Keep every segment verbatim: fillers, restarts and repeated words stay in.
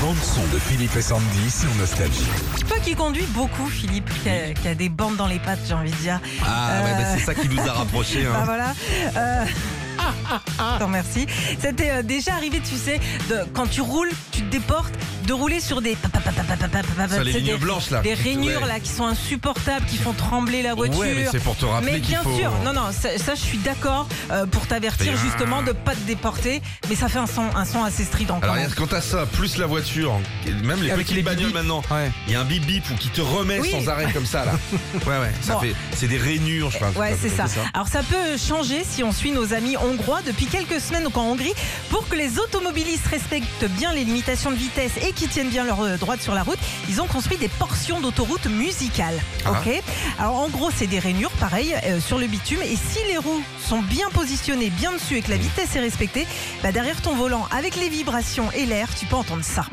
bande-son de Philippe et Sandy sur Nostalgie. Toi qui conduis beaucoup, Philippe, qui a, qui a des bandes dans les pattes, j'ai envie de dire. Ah Euh, ouais, bah c'est ça qui nous a rapprochés. Bah Hein. voilà. Euh... Attends, merci. C'était euh, déjà arrivé, tu sais, de, quand tu roules, tu te déportes, de rouler sur des... Sur les c'est lignes des, blanches là. Des rainures Ouais. là qui sont insupportables, qui font trembler la voiture. Ouais, mais c'est pour te rappeler Mais qu'il bien faut... sûr, non, non, ça, ça, je suis d'accord euh, pour t'avertir Mais, justement de pas te déporter, mais ça fait un son, un son assez strident. Quand Alors même. regarde, quand t'as ça, plus la voiture, même les Avec petites les bagnoles bip-bip. maintenant, Ouais. il y a un bip bip ou qui te remet Oui. sans arrêt comme ça là. Ouais ouais, ça Bon. fait, c'est des rainures, je crois. Ouais, c'est ça. c'est ça. Alors ça peut changer si on suit nos amis hongrois depuis quelques semaines donc en Hongrie pour que les automobilistes respectent bien les limitations de vitesse et qui tiennent bien leur euh, droite sur la route. Ils ont construit des portions d'autoroute musicales. Ah. Ok. Alors en gros, c'est des rainures, pareil, euh, sur le bitume. Et si les roues sont bien positionnées, bien dessus et que la vitesse est respectée, bah derrière ton volant, avec les vibrations et l'air, tu peux entendre ça.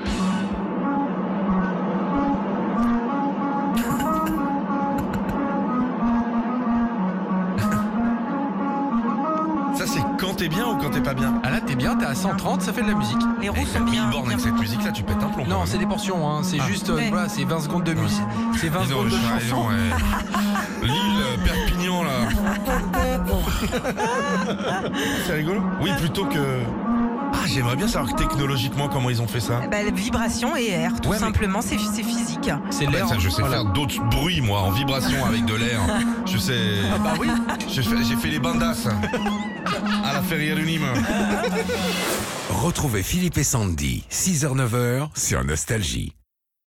Ça c'est quand t'es bien ou quand t'es pas bien. Ah là, t'es bien, t'es à cent trente, ça fait de la musique. Les roues Hey, sont t'as bien. mille bornes bien- avec cette musique là, tu pètes un plomb. Non, c'est des portions, hein. c'est Ah. juste, euh, Ouais. voilà, c'est vingt secondes de musique. C'est vingt secondes de chanson. Lille, euh, Perpignan là. C'est rigolo. Oui, plutôt que. Ah, j'aimerais bien savoir technologiquement comment ils ont fait ça. Bah, vibration et air, tout Ouais, mais- simplement, c'est c'est physique. C'est Ah bah, l'air. ça, je sais voilà. faire d'autres bruits moi en vibration avec de l'air. Je sais. Ah bah oui. J'ai fait, j'ai fait les bandas à la Feria du Nîmes. Retrouvez Philippe et Sandy, six heures neuf heures sur Nostalgie.